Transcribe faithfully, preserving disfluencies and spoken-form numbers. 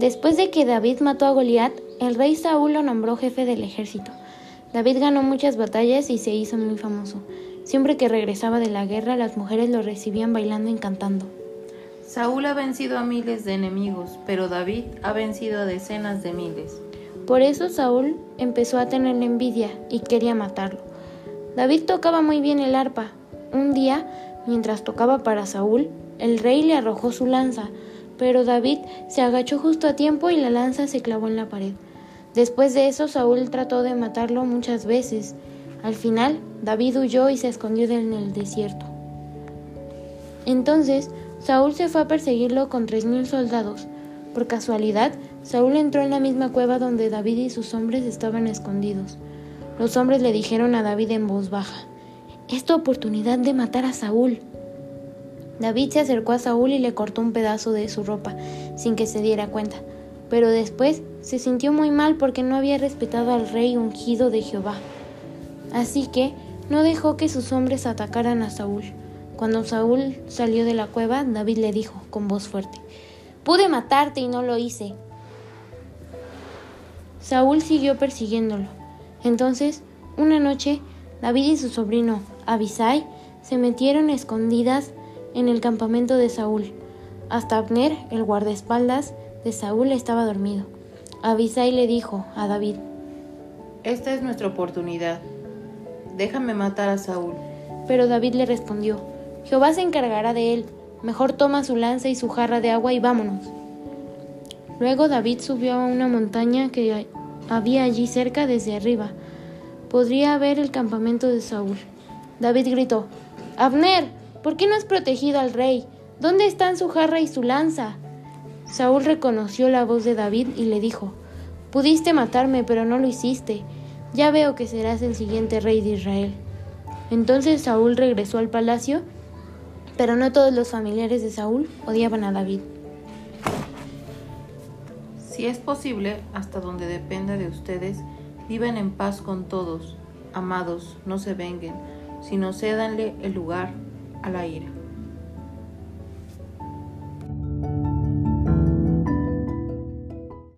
Después de que David mató a Goliat, el rey Saúl lo nombró jefe del ejército. David ganó muchas batallas y se hizo muy famoso. Siempre que regresaba de la guerra, las mujeres lo recibían bailando y cantando. Saúl ha vencido a miles de enemigos, pero David ha vencido a decenas de miles. Por eso Saúl empezó a tener envidia y quería matarlo. David tocaba muy bien el arpa. Un día, mientras tocaba para Saúl, el rey le arrojó su lanza, pero David se agachó justo a tiempo y la lanza se clavó en la pared. Después de eso, Saúl trató de matarlo muchas veces. Al final, David huyó y se escondió en el desierto. Entonces, Saúl se fue a perseguirlo con tres mil soldados. Por casualidad, Saúl entró en la misma cueva donde David y sus hombres estaban escondidos. Los hombres le dijeron a David en voz baja: «Es tu oportunidad de matar a Saúl». David se acercó a Saúl y le cortó un pedazo de su ropa, sin que se diera cuenta. Pero después se sintió muy mal porque no había respetado al rey ungido de Jehová. Así que no dejó que sus hombres atacaran a Saúl. Cuando Saúl salió de la cueva, David le dijo con voz fuerte: «Pude matarte y no lo hice». Saúl siguió persiguiéndolo. Entonces, una noche, David y su sobrino Abisai se metieron escondidas en el campamento de Saúl. Hasta Abner, el guardaespaldas de Saúl, estaba dormido. Abisai le dijo a David: «Esta es nuestra oportunidad. Déjame matar a Saúl». Pero David le respondió: «Jehová se encargará de él. Mejor toma su lanza y su jarra de agua y vámonos». Luego David subió a una montaña que había allí cerca. Desde arriba podría ver el campamento de Saúl. David gritó: «Abner, ¿por qué no has protegido al rey? ¿Dónde están su jarra y su lanza?». Saúl reconoció la voz de David y le dijo: «Pudiste matarme, pero no lo hiciste. Ya veo que serás el siguiente rey de Israel». Entonces Saúl regresó al palacio, pero no todos los familiares de Saúl odiaban a David. Si es posible, hasta donde dependa de ustedes, vivan en paz con todos. Amados, no se venguen, sino cédanle el lugar a la ira.